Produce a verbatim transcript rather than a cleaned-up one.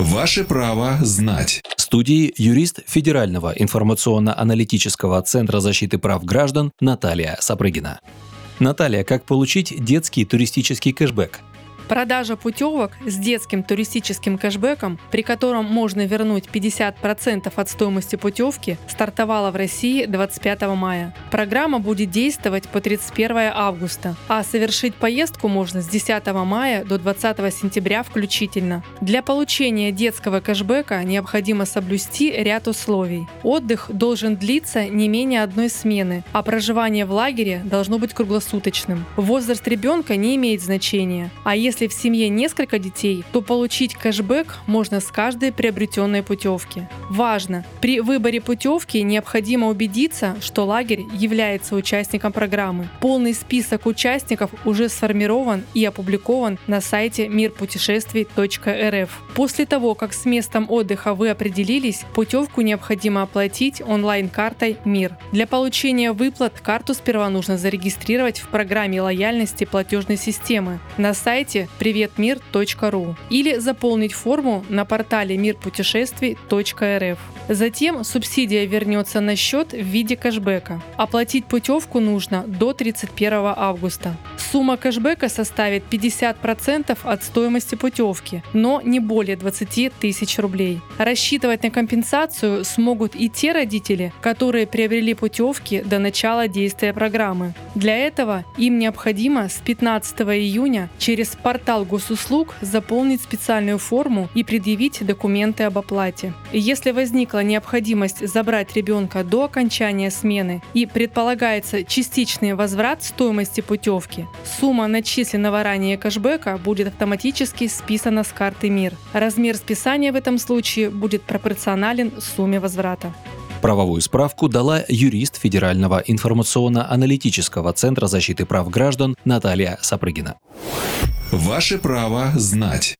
Ваше право знать. В студии юрист Федерального информационно-аналитического центра защиты прав граждан Наталья Сапрыгина. Наталья, как получить детский туристический кэшбэк? Продажа путевок с детским туристическим кэшбэком, при котором можно вернуть пятьдесят процентов от стоимости путевки, стартовала в России двадцать пятого мая. Программа будет действовать по тридцать первое августа, а совершить поездку можно с десятого мая до двадцатого сентября включительно. Для получения детского кэшбэка необходимо соблюсти ряд условий. Отдых должен длиться не менее одной смены, а проживание в лагере должно быть круглосуточным. Возраст ребенка не имеет значения, а если Если в семье несколько детей, то получить кэшбэк можно с каждой приобретенной путевки. Важно! При выборе путевки необходимо убедиться, что лагерь является участником программы. Полный список участников уже сформирован и опубликован на сайте мир путешествий точка эр эф. После того, как с местом отдыха вы определились, путевку необходимо оплатить онлайн-картой «Мир». Для получения выплат карту сперва нужно зарегистрировать в программе лояльности платежной системы на сайте привет мир точка ру или заполнить форму на портале мир путешествий точка эр эф. Затем субсидия вернется на счет в виде кэшбэка. Оплатить путевку нужно до тридцать первого августа. Сумма кэшбэка составит пятьдесят процентов от стоимости путевки, но не более двадцать тысяч рублей. Рассчитывать на компенсацию смогут и те родители, которые приобрели путевки до начала действия программы. Для этого им необходимо с пятнадцатого июня через портал госуслуг заполнить специальную форму и предъявить документы об оплате. Если возникла необходимость забрать ребенка до окончания смены и предполагается частичный возврат стоимости путевки, сумма начисленного ранее кэшбэка будет автоматически списана с карты «Мир». Размер списания в этом случае будет пропорционален сумме возврата. Правовую справку дала юрист Федерального информационно-аналитического центра защиты прав граждан Наталья Сапрыгина. Ваше право знать.